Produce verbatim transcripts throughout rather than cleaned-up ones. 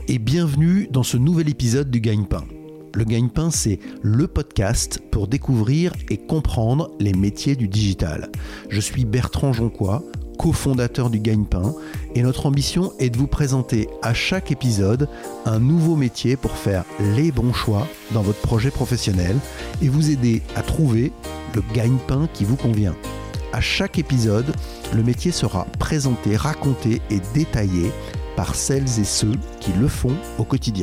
et bienvenue dans ce nouvel épisode du Gagne-Pain. Le Gagne-Pain, c'est le podcast pour découvrir et comprendre les métiers du digital. Je suis Bertrand Jonquois, cofondateur du Gagne-Pain, et notre ambition est de vous présenter à chaque épisode un nouveau métier pour faire les bons choix dans votre projet professionnel et vous aider à trouver le gagne-pain qui vous convient. À chaque épisode, le métier sera présenté, raconté et détaillé par celles et ceux qui le font au quotidien.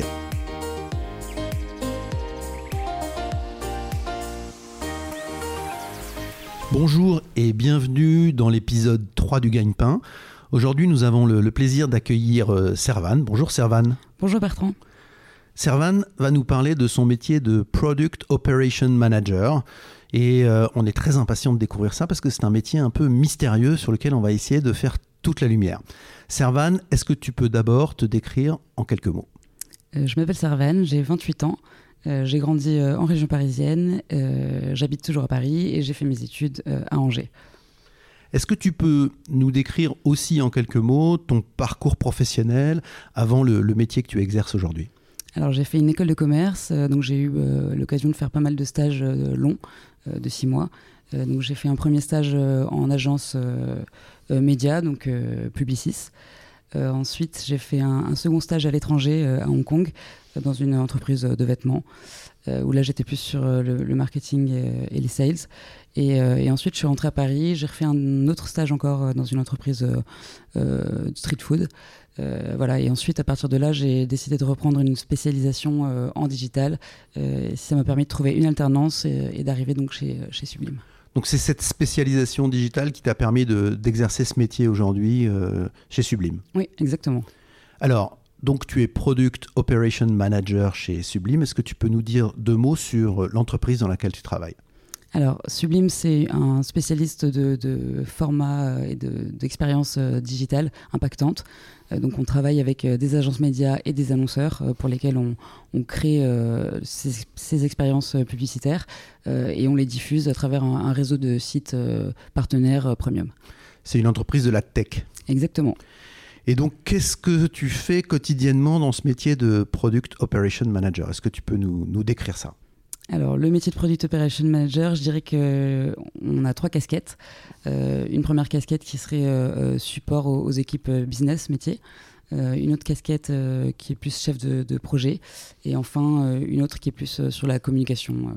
Bonjour et bienvenue dans l'épisode trois du Gagne-Pain. Aujourd'hui, nous avons le, le plaisir d'accueillir euh, Servane. Bonjour Servane. Bonjour Bertrand. Servane va nous parler de son métier de Product Operation Manager. Et euh, on est très impatient de découvrir ça parce que c'est un métier un peu mystérieux sur lequel on va essayer de faire toute la lumière. Servane, est-ce que tu peux d'abord te décrire en quelques mots ? euh, Je m'appelle Servane, j'ai vingt-huit ans. Euh, j'ai grandi euh, en région parisienne, euh, j'habite toujours à Paris et j'ai fait mes études euh, à Angers. Est-ce que tu peux nous décrire aussi en quelques mots ton parcours professionnel avant le, le métier que tu exerces aujourd'hui ? Alors j'ai fait une école de commerce, euh, donc j'ai eu euh, l'occasion de faire pas mal de stages euh, longs, euh, de six mois. Euh, donc j'ai fait un premier stage euh, en agence euh, euh, média, donc euh, Publicis. Euh, ensuite j'ai fait un, un second stage à l'étranger, euh, à Hong Kong, euh, dans une entreprise de vêtements, euh, où là j'étais plus sur euh, le, le marketing et, et les sales. Et, euh, et ensuite je suis rentrée à Paris, j'ai refait un autre stage encore euh, dans une entreprise euh, euh, de street food. Euh, voilà, et ensuite à partir de là j'ai décidé de reprendre une spécialisation euh, en digital. Euh, et ça m'a permis de trouver une alternance et, et d'arriver donc chez, chez Sublime. Donc c'est cette spécialisation digitale qui t'a permis de, d'exercer ce métier aujourd'hui euh, chez Sublime. Oui, exactement. Alors, donc tu es Product Operation Manager chez Sublime. Est-ce que tu peux nous dire deux mots sur l'entreprise dans laquelle tu travailles ? Alors, Sublime, c'est un spécialiste de, de format et de, d'expériences digitales impactantes. Donc, on travaille avec des agences médias et des annonceurs pour lesquels on, on crée euh, ces, ces expériences publicitaires euh, et on les diffuse à travers un, un réseau de sites euh, partenaires euh, premium. C'est une entreprise de la tech. Exactement. Et donc, qu'est-ce que tu fais quotidiennement dans ce métier de Product Operation Manager ? Est-ce que tu peux nous, nous décrire ça ? Alors, le métier de Product Operation Manager, je dirais qu'on a trois casquettes. Euh, une première casquette qui serait euh, support aux, aux équipes business, métier. Euh, une autre casquette euh, qui est plus chef de, de projet. Et enfin, euh, une autre qui est plus euh, sur la communication.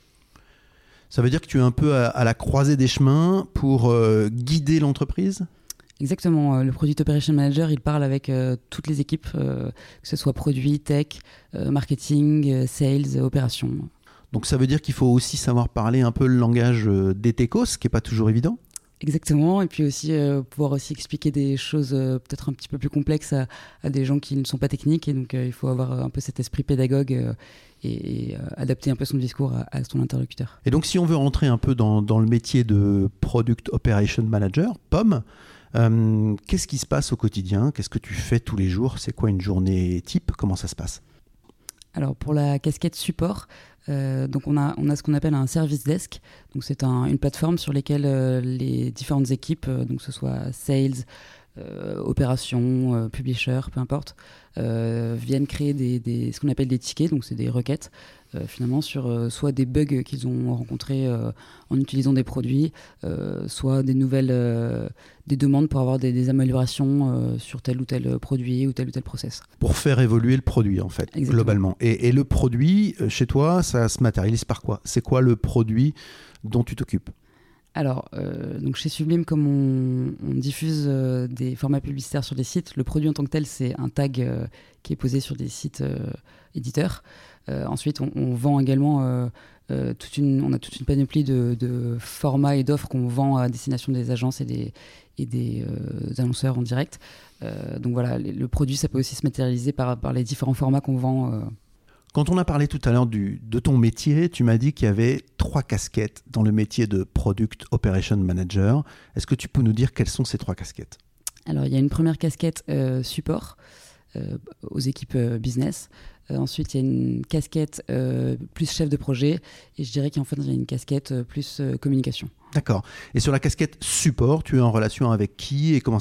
Ça veut dire que tu es un peu à, à la croisée des chemins pour euh, guider l'entreprise ? Exactement. Le Product Operation Manager, il parle avec euh, toutes les équipes, euh, que ce soit produit, tech, euh, marketing, euh, sales, opérations. Donc ça veut dire qu'il faut aussi savoir parler un peu le langage des techos, ce qui n'est pas toujours évident. Exactement, et puis aussi euh, pouvoir aussi expliquer des choses euh, peut-être un petit peu plus complexes à, à des gens qui ne sont pas techniques, et donc euh, il faut avoir un peu cet esprit pédagogue euh, et, et euh, adapter un peu son discours à, à son interlocuteur. Et donc si on veut rentrer un peu dans, dans le métier de Product Operation Manager, P O M, euh, qu'est-ce qui se passe au quotidien ? Qu'est-ce que tu fais tous les jours ? C'est quoi une journée type ? Comment ça se passe ? Alors pour la casquette support, euh, donc on a, on a ce qu'on appelle un service desk. Donc c'est un, une plateforme sur laquelle euh, les différentes équipes, euh, donc que ce soit sales, euh, opérations, euh, publisher, peu importe, euh, viennent créer des, des, ce qu'on appelle des tickets, donc c'est des requêtes, euh, finalement sur euh, soit des bugs qu'ils ont rencontrés euh, en utilisant des produits, euh, soit des nouvelles, euh, des demandes pour avoir des, des améliorations euh, sur tel ou tel produit ou tel ou tel process. Pour faire évoluer le produit en fait, Exactement. Globalement. Et, et le produit, chez toi, ça se matérialise par quoi ? C'est quoi le produit dont tu t'occupes ? Alors, euh, donc chez Sublime, comme on, on diffuse euh, des formats publicitaires sur des sites, le produit en tant que tel, c'est un tag euh, qui est posé sur des sites euh, éditeurs. Euh, ensuite, on, on vend également, euh, euh, toute une, on a toute une panoplie de, de formats et d'offres qu'on vend à destination des agences et des, et des euh, annonceurs en direct. Euh, donc voilà, le produit, ça peut aussi se matérialiser par, par les différents formats qu'on vend. Euh, Quand on a parlé tout à l'heure du, de ton métier, tu m'as dit qu'il y avait trois casquettes dans le métier de Product Operation Manager. Est-ce que tu peux nous dire quelles sont ces trois casquettes ? Alors, il y a une première casquette euh, support euh, aux équipes euh, business. Euh, ensuite, il y a une casquette euh, plus chef de projet. Et je dirais qu'en fait, il y a une casquette euh, plus euh, communication. D'accord. Et sur la casquette support, tu es en relation avec qui et comment ça se passe ?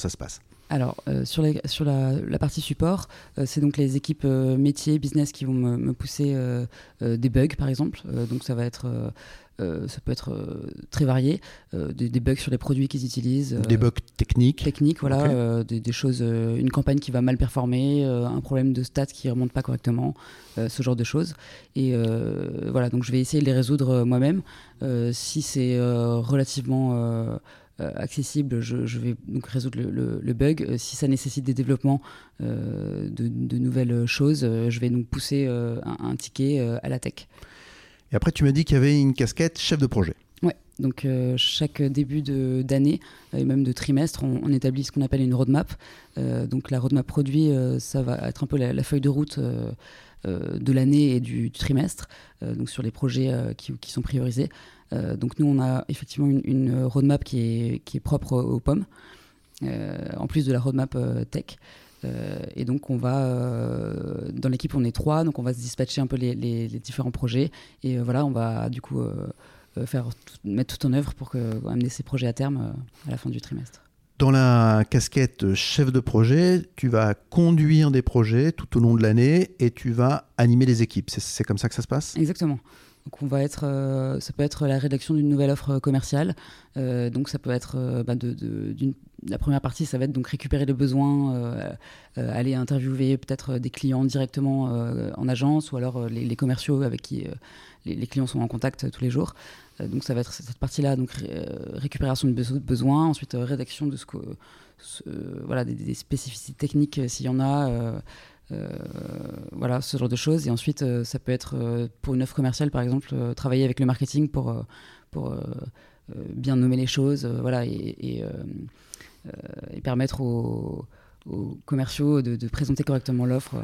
Alors, euh, sur, les, sur la, la partie support, euh, c'est donc les équipes euh, métiers, business qui vont me, me pousser euh, euh, des bugs, par exemple. Euh, donc, ça va être, euh, euh, ça peut être euh, très varié. Euh, des, des bugs sur les produits qu'ils utilisent. Euh, des bugs techniques. Techniques, voilà. Okay. Euh, des, des choses, euh, une campagne qui va mal performer, euh, un problème de stats qui ne remonte pas correctement, euh, ce genre de choses. Et euh, voilà, donc je vais essayer de les résoudre euh, moi-même. Euh, si c'est euh, relativement... Euh, Euh, accessible, je, je vais donc résoudre le, le, le bug. Euh, si ça nécessite des développements euh, de, de nouvelles choses, euh, je vais donc pousser euh, un, un ticket euh, à la tech. Et après, tu m'as dit qu'il y avait une casquette chef de projet. Ouais, donc euh, chaque début de, d'année euh, et même de trimestre, on, on établit ce qu'on appelle une roadmap. Euh, donc la roadmap produit, euh, ça va être un peu la, la feuille de route euh, euh, de l'année et du, du trimestre, euh, donc sur les projets euh, qui, qui sont priorisés. Euh, donc nous, on a effectivement une, une roadmap qui est, qui est propre aux pommes, euh, en plus de la roadmap euh, tech. Euh, et donc on va, euh, dans l'équipe on est trois, donc on va se dispatcher un peu les, les, les différents projets. Et euh, voilà, on va du coup euh, faire tout, mettre tout en œuvre pour que, amener ces projets à terme euh, à la fin du trimestre. Dans la casquette chef de projet, tu vas conduire des projets tout au long de l'année et tu vas animer les équipes. C'est, c'est comme ça que ça se passe ? Exactement. Donc on va être, euh, ça peut être la rédaction d'une nouvelle offre commerciale. Euh, donc ça peut être euh, bah de, de, d'une, la première partie, ça va être donc récupérer les besoins, euh, euh, aller interviewer peut-être des clients directement euh, en agence ou alors euh, les, les commerciaux avec qui euh, les, les clients sont en contact tous les jours. Euh, donc ça va être cette partie-là, donc ré, récupération de be- besoins, ensuite euh, rédaction de ce que, ce, euh, voilà, des, des spécificités techniques euh, s'il y en a. Euh, Euh, voilà, ce genre de choses. Et ensuite, euh, ça peut être euh, pour une offre commerciale, par exemple, euh, travailler avec le marketing pour, euh, pour euh, euh, bien nommer les choses, euh, voilà, et, et, euh, euh, et permettre aux, aux commerciaux de, de présenter correctement l'offre.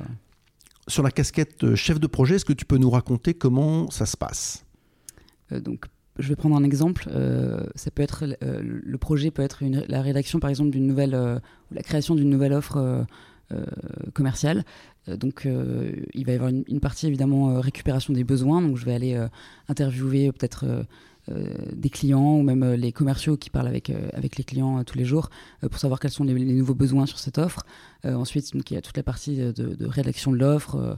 Sur la casquette chef de projet, est-ce que tu peux nous raconter comment ça se passe ? euh, Donc, je vais prendre un exemple. Euh, ça peut être, euh, le projet peut être une, la rédaction, par exemple, d'une nouvelle, euh, ou la création d'une nouvelle offre euh, Euh, commercial. Euh, donc euh, il va y avoir une, une partie évidemment euh, récupération des besoins. Donc je vais aller euh, interviewer peut-être euh, euh, des clients ou même euh, les commerciaux qui parlent avec, euh, avec les clients euh, tous les jours euh, pour savoir quels sont les, les nouveaux besoins sur cette offre. Euh, ensuite, donc, il y a toute la partie de, de rédaction de l'offre euh,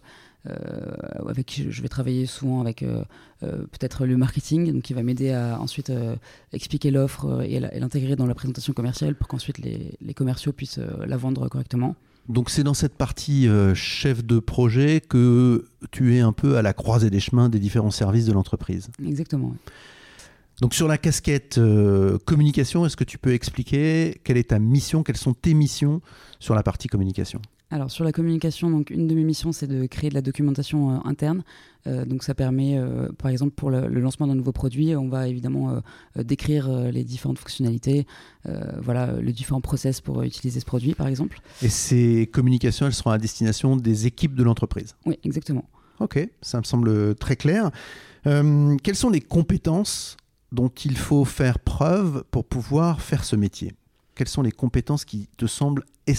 euh, avec qui je vais travailler souvent avec euh, euh, peut-être le marketing, donc qui va m'aider à ensuite euh, expliquer l'offre euh, et, la, et l'intégrer dans la présentation commerciale pour qu'ensuite les, les commerciaux puissent euh, la vendre correctement. Donc c'est dans cette partie euh, chef de projet que tu es un peu à la croisée des chemins des différents services de l'entreprise. Exactement. Oui. Donc sur la casquette euh, communication, est-ce que tu peux expliquer quelle est ta mission, quelles sont tes missions sur la partie communication ? Alors sur la communication, donc une de mes missions, c'est de créer de la documentation euh, interne. Euh, donc ça permet, euh, par exemple, pour le, le lancement d'un nouveau produit, on va évidemment euh, décrire euh, les différentes fonctionnalités, euh, voilà, les différents process pour utiliser ce produit, par exemple. Et ces communications, elles seront à destination des équipes de l'entreprise ? Oui, exactement. Ok, ça me semble très clair. Euh, quelles sont les compétences dont il faut faire preuve pour pouvoir faire ce métier ? Quelles sont les compétences qui te semblent essentielles ?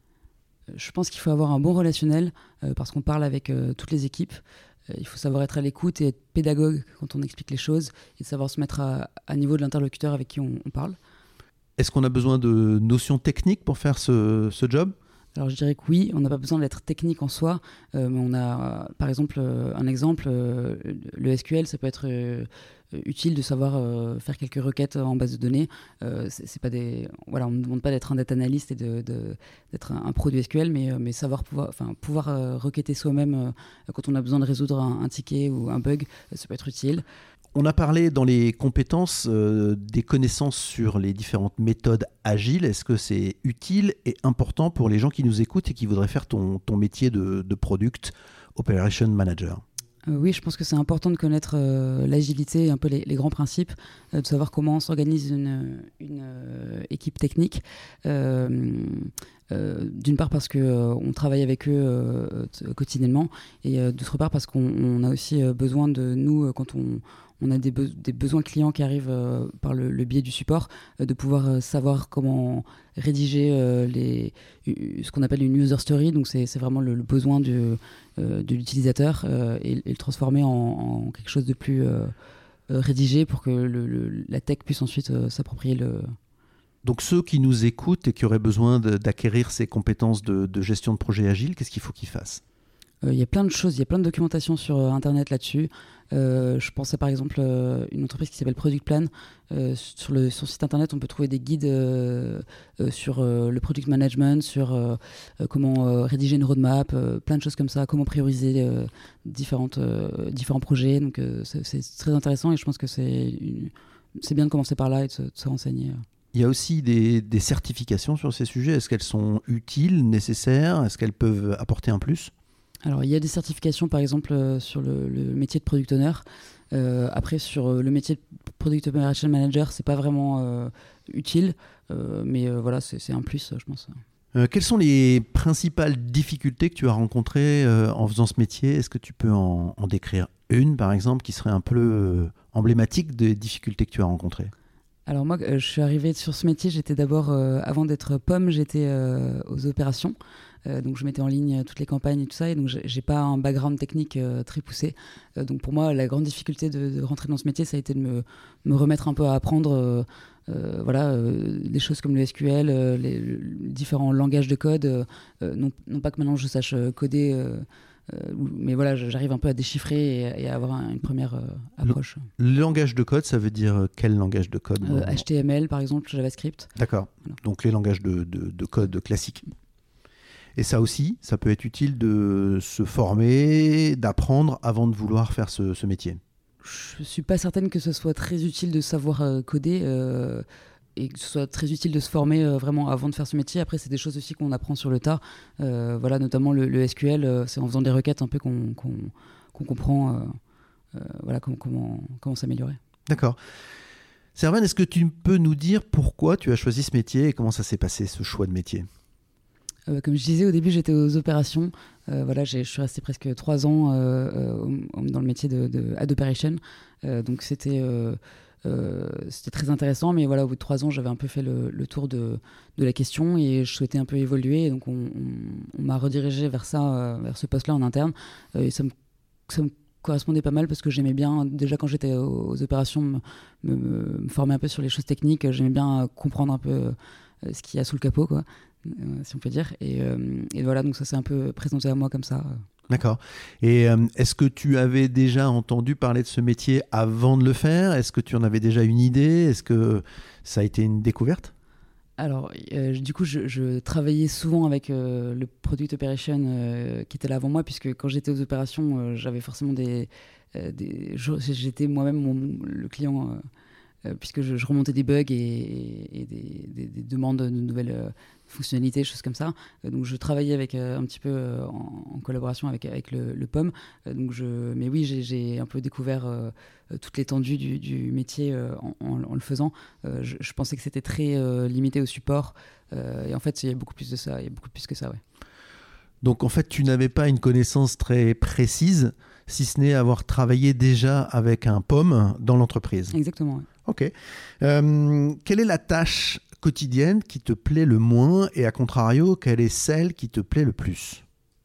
Je pense qu'il faut avoir un bon relationnel euh, parce qu'on parle avec euh, toutes les équipes. Euh, il faut savoir être à l'écoute et être pédagogue quand on explique les choses et savoir se mettre à, à niveau de l'interlocuteur avec qui on, on parle. Est-ce qu'on a besoin de notions techniques pour faire ce, ce job ? Alors je dirais que oui, on n'a pas besoin d'être technique en soi, euh, mais on a euh, par exemple euh, un exemple, euh, le S Q L, ça peut être euh, utile de savoir euh, faire quelques requêtes en base de données. Euh, c'est, c'est pas des, voilà, on ne demande pas d'être un data analyst et de, de, d'être un, un pro du S Q L, mais, mais savoir pouvoir, enfin, pouvoir euh, requêter soi-même euh, quand on a besoin de résoudre un, un ticket ou un bug, ça peut être utile. On a parlé dans les compétences euh, des connaissances sur les différentes méthodes agiles. Est-ce que c'est utile et important pour les gens qui nous écoutent et qui voudraient faire ton, ton métier de, de Product Operation Manager ? Euh, oui, je pense que c'est important de connaître euh, l'agilité et un peu les, les grands principes, euh, de savoir comment s'organise une, une euh, équipe technique. Euh, euh, d'une part parce qu'on euh, travaille avec eux euh, t- quotidiennement et euh, d'autre part parce qu'on on a aussi euh, besoin de nous, euh, quand on, on a des, be- des besoins clients qui arrivent euh, par le, le biais du support, euh, de pouvoir euh, savoir comment rédiger euh, les, ce qu'on appelle une user story. Donc c'est, c'est vraiment le, le besoin de, euh, de l'utilisateur euh, et, et le transformer en, en quelque chose de plus euh, euh, rédigé pour que le, le, la tech puisse ensuite euh, s'approprier le, Donc ceux qui nous écoutent et qui auraient besoin de, d'acquérir ces compétences de, de gestion de projet agile, qu'est-ce qu'il faut qu'ils fassent ? Il euh, y a plein de choses, il y a plein de documentation sur euh, Internet là-dessus. Euh, je pensais par exemple euh, une entreprise qui s'appelle Product Plan. Euh, sur le sur site Internet, on peut trouver des guides euh, euh, sur euh, le product management, sur euh, euh, comment euh, rédiger une roadmap, euh, plein de choses comme ça, comment prioriser euh, différentes, euh, différents projets. Donc euh, c'est, c'est très intéressant et je pense que c'est, une, c'est bien de commencer par là et de se, de se renseigner. Il y a aussi des, des certifications sur ces sujets. Est-ce qu'elles sont utiles, nécessaires ? Est-ce qu'elles peuvent apporter un plus ? Alors, il y a des certifications, par exemple, euh, sur le, le métier de Product Owner. Euh, après, sur euh, le métier de Product Operation Manager, c'est pas vraiment euh, utile, euh, mais euh, voilà, c'est, c'est un plus, je pense. Euh, quelles sont les principales difficultés que tu as rencontrées euh, en faisant ce métier ? Est-ce que tu peux en, en décrire une, par exemple, qui serait un peu euh, emblématique des difficultés que tu as rencontrées ? Alors moi, euh, je suis arrivée sur ce métier, j'étais d'abord, euh, avant d'être pomme, j'étais euh, aux opérations. Euh, donc je mettais en ligne toutes les campagnes et tout ça, et donc j'ai, j'ai pas un background technique euh, très poussé. Euh, donc pour moi, la grande difficulté de, de rentrer dans ce métier, ça a été de me, me remettre un peu à apprendre euh, euh, voilà, euh, des choses comme le S Q L, euh, les, les différents langages de code. Euh, non, non pas que maintenant je sache coder, euh, euh, mais voilà, j'arrive un peu à déchiffrer et, et à avoir un, une première euh, approche. Le, le langage de code, ça veut dire quel langage de code ? euh, H T M L par exemple, JavaScript. D'accord, voilà. Donc les langages de, de, de code classiques. Et ça aussi, ça peut être utile de se former, d'apprendre avant de vouloir faire ce, ce métier. Je ne suis pas certaine que ce soit très utile de savoir euh, coder euh, et que ce soit très utile de se former euh, vraiment avant de faire ce métier. Après, c'est des choses aussi qu'on apprend sur le tas. Euh, voilà, notamment le, le S Q L, euh, c'est en faisant des requêtes un peu qu'on, qu'on, qu'on comprend euh, euh, voilà, comment, comment, comment s'améliorer. D'accord. Servane, est-ce que tu peux nous dire pourquoi tu as choisi ce métier et comment ça s'est passé, ce choix de métier ? Euh, comme je disais au début, j'étais aux opérations. Euh, voilà, j'ai, je suis restée presque trois ans euh, euh, dans le métier de, de ad operation. Euh, donc c'était, euh, euh, c'était très intéressant. Mais voilà, au bout de trois ans, j'avais un peu fait le, le tour de, de la question et je souhaitais un peu évoluer. Et donc on, on, on m'a redirigé vers ça, euh, vers ce poste-là en interne. Euh, et ça me, ça me correspondait pas mal parce que j'aimais bien, déjà quand j'étais aux, aux opérations, me, me, me former un peu sur les choses techniques. J'aimais bien comprendre un peu euh, ce qu'il y a sous le capot, quoi. Euh, si on peut dire. Et, euh, et voilà, donc ça s'est un peu présenté à moi comme ça. D'accord. Et euh, est-ce que tu avais déjà entendu parler de ce métier avant de le faire ? Est-ce que tu en avais déjà une idée ? Est-ce que ça a été une découverte ? Alors, euh, du coup, je, je travaillais souvent avec euh, le Product Operation euh, qui était là avant moi, puisque quand j'étais aux opérations, euh, j'avais forcément des... Euh, des j'étais moi-même mon, le client... Euh, puisque je, je remontais des bugs et, et, et des, des, des demandes de nouvelles euh, fonctionnalités, choses comme ça. Euh, donc je travaillais avec, euh, un petit peu euh, en, en collaboration avec, avec le, le P O M. Euh, donc je, mais oui, j'ai, j'ai un peu découvert euh, toute l'étendue du, du métier euh, en, en, en le faisant. Euh, je, je pensais que c'était très euh, limité au support. Euh, et en fait, il y a beaucoup plus de ça, il y a beaucoup plus que ça, ouais. Donc en fait, tu n'avais pas une connaissance très précise, si ce n'est avoir travaillé déjà avec un P O M dans l'entreprise. Exactement, ouais. Ok. Euh, quelle est la tâche quotidienne qui te plaît le moins et à contrario, quelle est celle qui te plaît le plus ?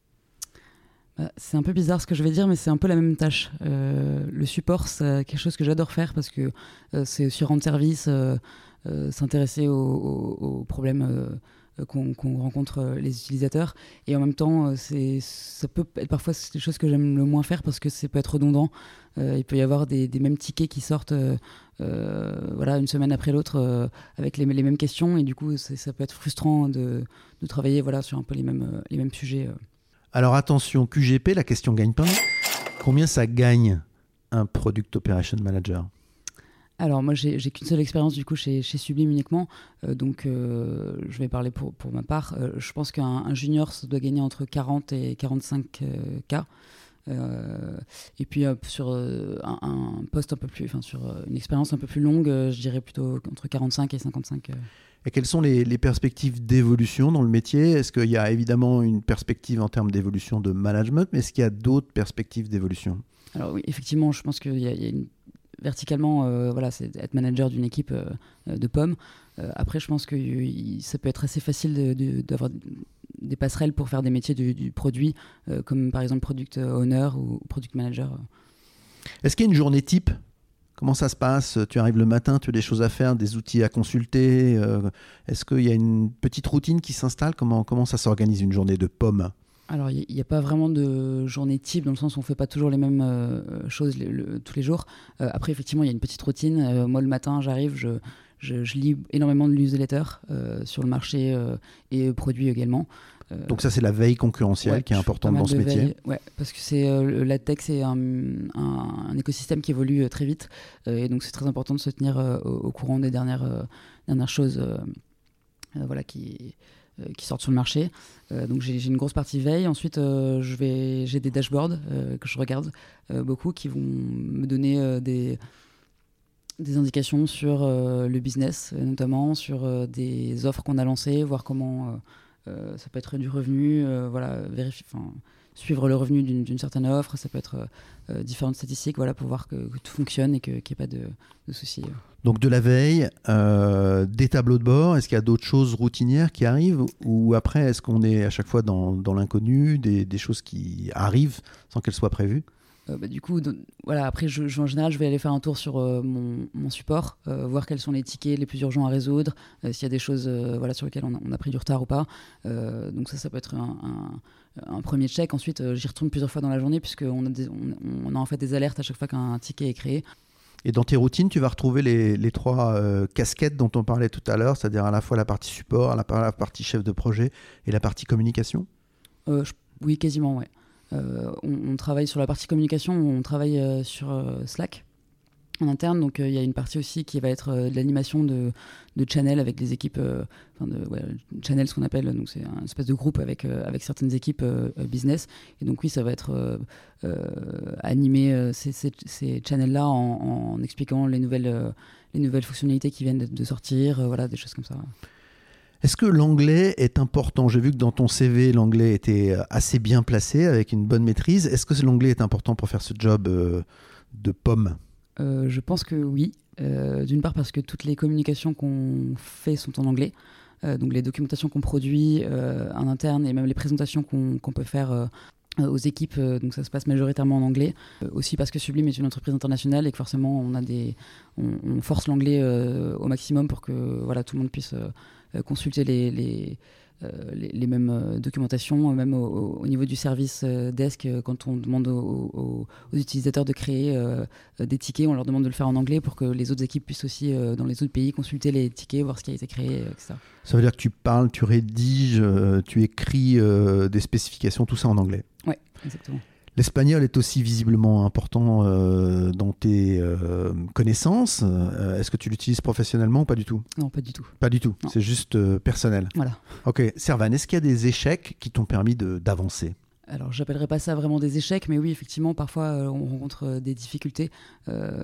Bah, c'est un peu bizarre ce que je vais dire, mais c'est un peu la même tâche. Euh, le support, c'est quelque chose que j'adore faire parce que euh, c'est aussi rendre service, euh, euh, s'intéresser aux, aux, aux problèmes euh, qu'on, qu'on rencontre les utilisateurs. Et en même temps, c'est, ça peut être parfois c'est des choses que j'aime le moins faire parce que ça peut être redondant. Euh, il peut y avoir des, des mêmes tickets qui sortent euh, euh, voilà, une semaine après l'autre euh, avec les, les mêmes questions et du coup ça peut être frustrant de, de travailler voilà, sur un peu les mêmes, les mêmes sujets. Euh. Alors attention, Q G P, la question gagne-pain. Combien ça gagne un Product Operation Manager ? Alors moi j'ai, j'ai qu'une seule expérience du coup chez, chez Sublime uniquement, euh, donc euh, je vais parler pour, pour ma part. Euh, je pense qu'un un junior ça doit gagner entre quarante et quarante-cinq K. Euh, et puis euh, sur euh, un, un poste un peu plus, enfin sur euh, une expérience un peu plus longue, euh, je dirais plutôt entre quarante-cinq et cinquante-cinq. Euh. Et quelles sont les, les perspectives d'évolution dans le métier ? Est-ce qu'il y a évidemment une perspective en termes d'évolution de management, mais est-ce qu'il y a d'autres perspectives d'évolution ? Alors oui, effectivement, je pense qu'il y a, il y a une verticalement, euh, voilà, c'est être manager d'une équipe euh, de P O M. Euh, après, je pense que y, ça peut être assez facile de, de, d'avoir des passerelles pour faire des métiers du, du produit, euh, comme par exemple product owner ou product manager. Est-ce qu'il y a une journée type Comment ça se passe? Tu arrives le matin, tu as des choses à faire, des outils à consulter. Euh, est-ce qu'il y a une petite routine qui s'installe? Comment, comment ça s'organise une journée de pomme? Alors, il n'y a pas vraiment de journée type, dans le sens où on ne fait pas toujours les mêmes euh, choses le, le, tous les jours. Euh, après, effectivement, il y a une petite routine. Euh, moi, le matin, j'arrive, je, je, je lis énormément de newsletters euh, sur le marché euh, et produits également. Euh, Donc ça, c'est la veille concurrentielle ouais, qui est importante dans ce métier. Veille, ouais, parce que c'est, euh, la tech, c'est un, un, un écosystème qui évolue euh, très vite. Euh, et donc, c'est très important de se tenir euh, au, au courant des dernières, euh, dernières choses euh, euh, voilà, qui... qui sortent sur le marché. Euh, donc j'ai, j'ai une grosse partie veille. Ensuite, euh, je vais, j'ai des dashboards euh, que je regarde euh, beaucoup, qui vont me donner euh, des, des indications sur euh, le business, notamment sur euh, des offres qu'on a lancées, voir comment euh, euh, ça peut être du revenu, euh, voilà, vérifier, enfin, suivre le revenu d'une, d'une certaine offre. Ça peut être euh, différentes statistiques, voilà, pour voir que, que tout fonctionne et que, qu'il n'y ait pas de, de soucis. Donc de la veille, euh, des tableaux de bord, est-ce qu'il y a d'autres choses routinières qui arrivent, ou après est-ce qu'on est à chaque fois dans, dans l'inconnu, des, des choses qui arrivent sans qu'elles soient prévues? euh, bah, Du coup, donc, voilà, après, je, je, en général, je vais aller faire un tour sur euh, mon, mon support, euh, voir quels sont les tickets les plus urgents à résoudre, euh, s'il y a des choses euh, voilà, sur lesquelles on a, on a pris du retard ou pas. Euh, donc ça, ça peut être un, un, un premier check. Ensuite, euh, j'y retourne plusieurs fois dans la journée, puisqu'on a, des, on, on a en fait des alertes à chaque fois qu'un ticket est créé. Et dans tes routines, tu vas retrouver les, les trois euh, casquettes dont on parlait tout à l'heure, c'est-à-dire à la fois la partie support, la, la partie chef de projet et la partie communication? euh, je, Oui, quasiment, ouais. Euh, on, on travaille sur la partie communication, on travaille euh, sur euh, Slack en interne, donc il euh, y a une partie aussi qui va être euh, de l'animation de, de channel avec des équipes, euh, enfin de ouais, channel, ce qu'on appelle, donc c'est un espèce de groupe avec, euh, avec certaines équipes euh, business, et donc oui, ça va être euh, euh, animer euh, ces, ces, ces channels-là en, en expliquant les nouvelles, euh, les nouvelles fonctionnalités qui viennent de, de sortir, euh, voilà, des choses comme ça. Est-ce que l'anglais est important? J'ai vu que dans ton C V, l'anglais était assez bien placé, avec une bonne maîtrise. Est-ce que l'anglais est important pour faire ce job euh, de pomme? Euh, je pense que oui. Euh, d'une part parce que toutes les communications qu'on fait sont en anglais. Euh, donc les documentations qu'on produit euh, en interne et même les présentations qu'on, qu'on peut faire euh, aux équipes, euh, donc ça se passe majoritairement en anglais. Euh, aussi parce que Sublime est une entreprise internationale et que forcément on, a des, on, on force l'anglais euh, au maximum pour que voilà, tout le monde puisse euh, consulter les... les Euh, les, les mêmes euh, documentations, même au, au niveau du service euh, desk, euh, quand on demande aux, aux, aux utilisateurs de créer euh, des tickets, on leur demande de le faire en anglais pour que les autres équipes puissent aussi, euh, dans les autres pays, consulter les tickets, voir ce qui a été créé, et cetera. Ça veut dire que tu parles, tu rédiges, euh, tu écris euh, des spécifications, tout ça en anglais? Oui, exactement. L'espagnol est aussi visiblement important euh, dans tes euh, connaissances. Euh, est-ce que tu l'utilises professionnellement ou pas du tout? Non, pas du tout. Pas du tout, non. C'est juste euh, personnel. Voilà. Ok, Servan, est-ce qu'il y a des échecs qui t'ont permis de, d'avancer? Alors, j'appellerais pas ça vraiment des échecs, mais oui, effectivement, parfois, euh, on rencontre euh, des difficultés euh,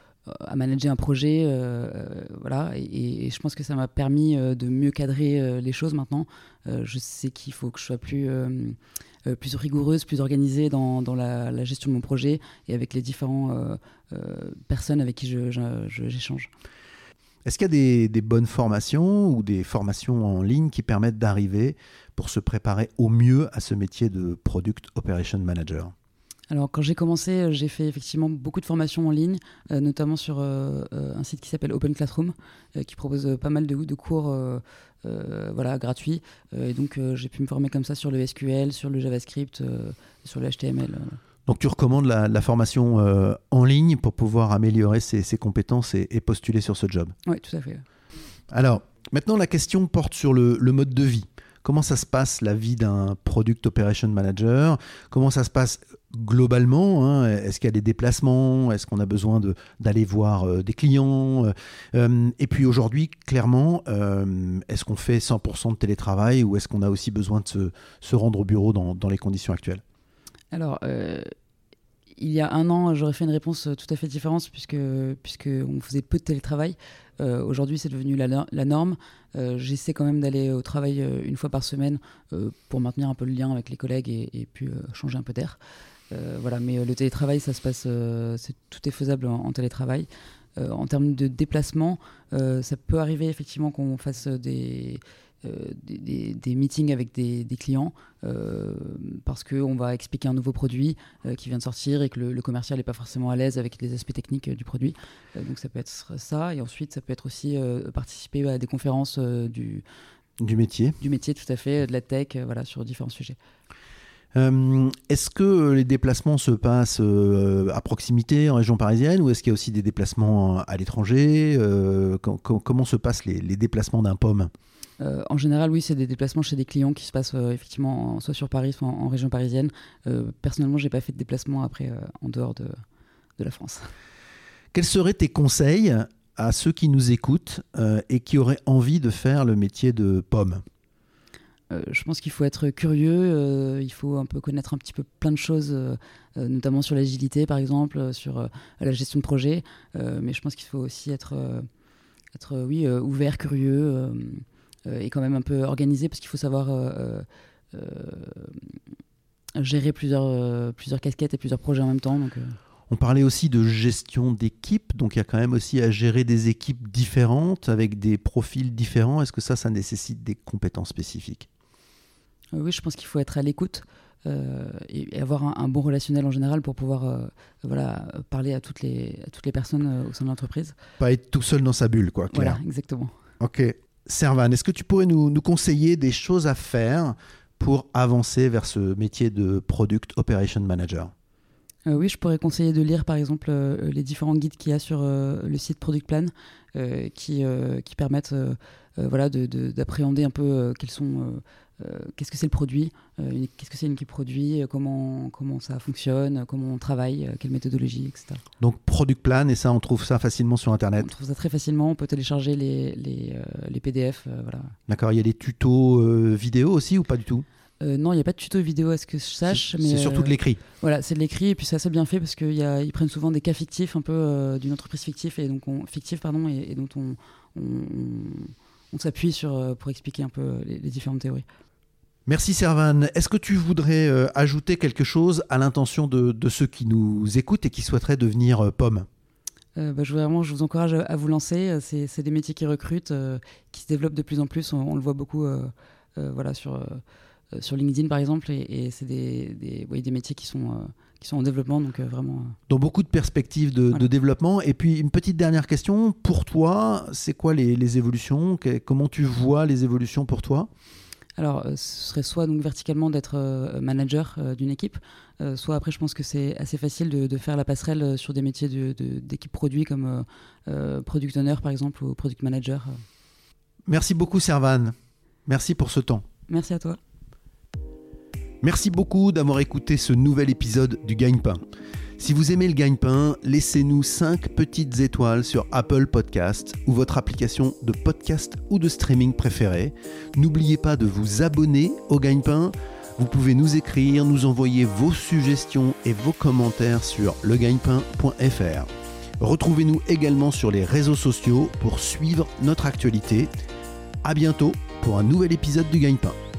à manager un projet, euh, voilà, et, et je pense que ça m'a permis euh, de mieux cadrer euh, les choses maintenant. Euh, je sais qu'il faut que je sois plus... Euh, Euh, plus rigoureuse, plus organisée dans, dans la, la gestion de mon projet et avec les différentes euh, euh, personnes avec qui je, je, je, j'échange. Est-ce qu'il y a des, des bonnes formations ou des formations en ligne qui permettent d'arriver pour se préparer au mieux à ce métier de Product Operation Manager? Alors, quand j'ai commencé, j'ai fait effectivement beaucoup de formations en ligne, euh, notamment sur euh, un site qui s'appelle Open Classroom, euh, qui propose pas mal de, de cours euh, euh, voilà, gratuits. Euh, et donc, euh, j'ai pu me former comme ça sur le S Q L, sur le JavaScript, euh, sur le H T M L. Euh. Donc, tu recommandes la, la formation euh, en ligne pour pouvoir améliorer ses, ses compétences et, et postuler sur ce job? Oui, tout à fait. Alors, maintenant, la question porte sur le, le mode de vie. Comment ça se passe, la vie d'un Product Operation Manager? Comment ça se passe globalement, hein? Est-ce qu'il y a des déplacements? Est-ce qu'on a besoin de, d'aller voir euh, des clients? euh, Et puis aujourd'hui, clairement, euh, est-ce qu'on fait cent pour cent de télétravail ou est-ce qu'on a aussi besoin de se, se rendre au bureau dans, dans les conditions actuelles? Alors, euh, il y a un an, j'aurais fait une réponse tout à fait différente puisque, puisque on faisait peu de télétravail. Euh, aujourd'hui, c'est devenu la, la norme. Euh, j'essaie quand même d'aller au travail euh, une fois par semaine euh, pour maintenir un peu le lien avec les collègues et, et puis euh, changer un peu d'air. Euh, voilà, mais euh, le télétravail, ça se passe, euh, c'est, tout est faisable en, en télétravail. Euh, en termes de déplacement, euh, ça peut arriver effectivement qu'on fasse des, des, des, des meetings avec des, des clients euh, parce qu'on va expliquer un nouveau produit euh, qui vient de sortir et que le, le commercial n'est pas forcément à l'aise avec les aspects techniques euh, du produit. Euh, donc ça peut être ça. Et ensuite, ça peut être aussi euh, participer à des conférences euh, du, du métier. Du métier, tout à fait, de la tech, euh, voilà, sur différents sujets. Euh, est-ce que les déplacements se passent euh, à proximité, en région parisienne, ou est-ce qu'il y a aussi des déplacements à l'étranger euh, com- com- Comment se passent les, les déplacements d'un P O M ? euh, En général, oui, c'est des déplacements chez des clients qui se passent euh, effectivement en, soit sur Paris, soit en, en région parisienne. Euh, personnellement, je n'ai pas fait de déplacement après euh, en dehors de, de la France. Quels seraient tes conseils à ceux qui nous écoutent euh, et qui auraient envie de faire le métier de P O M ? Euh, je pense qu'il faut être curieux, euh, il faut un peu connaître un petit peu plein de choses, euh, euh, notamment sur l'agilité par exemple, euh, sur euh, la gestion de projet, euh, mais je pense qu'il faut aussi être, euh, être euh, oui, euh, ouvert, curieux euh, euh, et quand même un peu organisé parce qu'il faut savoir euh, euh, gérer plusieurs, euh, plusieurs casquettes et plusieurs projets en même temps. Donc, euh... On parlait aussi de gestion d'équipe, donc il y a quand même aussi à gérer des équipes différentes avec des profils différents. Est-ce que ça, ça nécessite des compétences spécifiques ? Oui, je pense qu'il faut être à l'écoute euh, et, et avoir un, un bon relationnel en général pour pouvoir euh, voilà, parler à toutes les, à toutes les personnes euh, au sein de l'entreprise. Pas être tout seul dans sa bulle, quoi. Claire. Voilà, exactement. Ok. Servan, est-ce que tu pourrais nous, nous conseiller des choses à faire pour avancer vers ce métier de Product Operation Manager ? Euh, oui, je pourrais conseiller de lire par exemple euh, les différents guides qu'il y a sur euh, le site Product Plan euh, qui, euh, qui permettent euh, euh, voilà, de, de, d'appréhender un peu euh, quels sont... Euh, Euh, qu'est-ce que c'est le produit, euh, une, qu'est-ce que c'est une équipe produit, euh, comment, comment ça fonctionne, comment on travaille, euh, quelle méthodologie, et cetera. Donc Product Plan, et ça on trouve ça facilement sur Internet. On trouve ça très facilement, on peut télécharger les, les, euh, les P D F. Euh, voilà. D'accord, il y a des tutos euh, vidéo aussi ou pas du tout ? euh, Non, il n'y a pas de tuto vidéo à ce que je sache. C'est, mais, c'est surtout euh, de l'écrit. Voilà, c'est de l'écrit et puis c'est assez bien fait parce qu'ils prennent souvent des cas fictifs, un peu euh, d'une entreprise fictive et donc on, fictive pardon, et, et dont on, on, on, on s'appuie sur, euh, pour expliquer un peu les, les différentes théories. Merci Servan. Est-ce que tu voudrais euh, ajouter quelque chose à l'intention de, de ceux qui nous écoutent et qui souhaiteraient devenir euh, P O M ? euh, bah, je, vraiment, je vous encourage à vous lancer. C'est, c'est des métiers qui recrutent, euh, qui se développent de plus en plus. On, on le voit beaucoup euh, euh, voilà, sur, euh, sur LinkedIn par exemple. Et, et c'est des, des, oui, des métiers qui sont, euh, qui sont en développement. Donc, euh, vraiment, euh... Donc beaucoup de perspectives de, voilà. de développement. Et puis une petite dernière question. Pour toi, c'est quoi les, les évolutions ? Comment tu vois les évolutions pour toi ? Alors, euh, ce serait soit donc verticalement d'être euh, manager euh, d'une équipe, euh, soit après, je pense que c'est assez facile de, de faire la passerelle sur des métiers de, de, d'équipe produit comme euh, euh, product owner par exemple ou product manager. Merci beaucoup Servan. Merci pour ce temps. Merci à toi. Merci beaucoup d'avoir écouté ce nouvel épisode du Gagne-Pain. Si vous aimez le Gagne-Pain, laissez-nous cinq petites étoiles sur Apple Podcast ou votre application de podcast ou de streaming préférée. N'oubliez pas de vous abonner au Gagne-Pain. Vous pouvez nous écrire, nous envoyer vos suggestions et vos commentaires sur le gagne pain point f r. Retrouvez-nous également sur les réseaux sociaux pour suivre notre actualité. À bientôt pour un nouvel épisode du Gagne-Pain.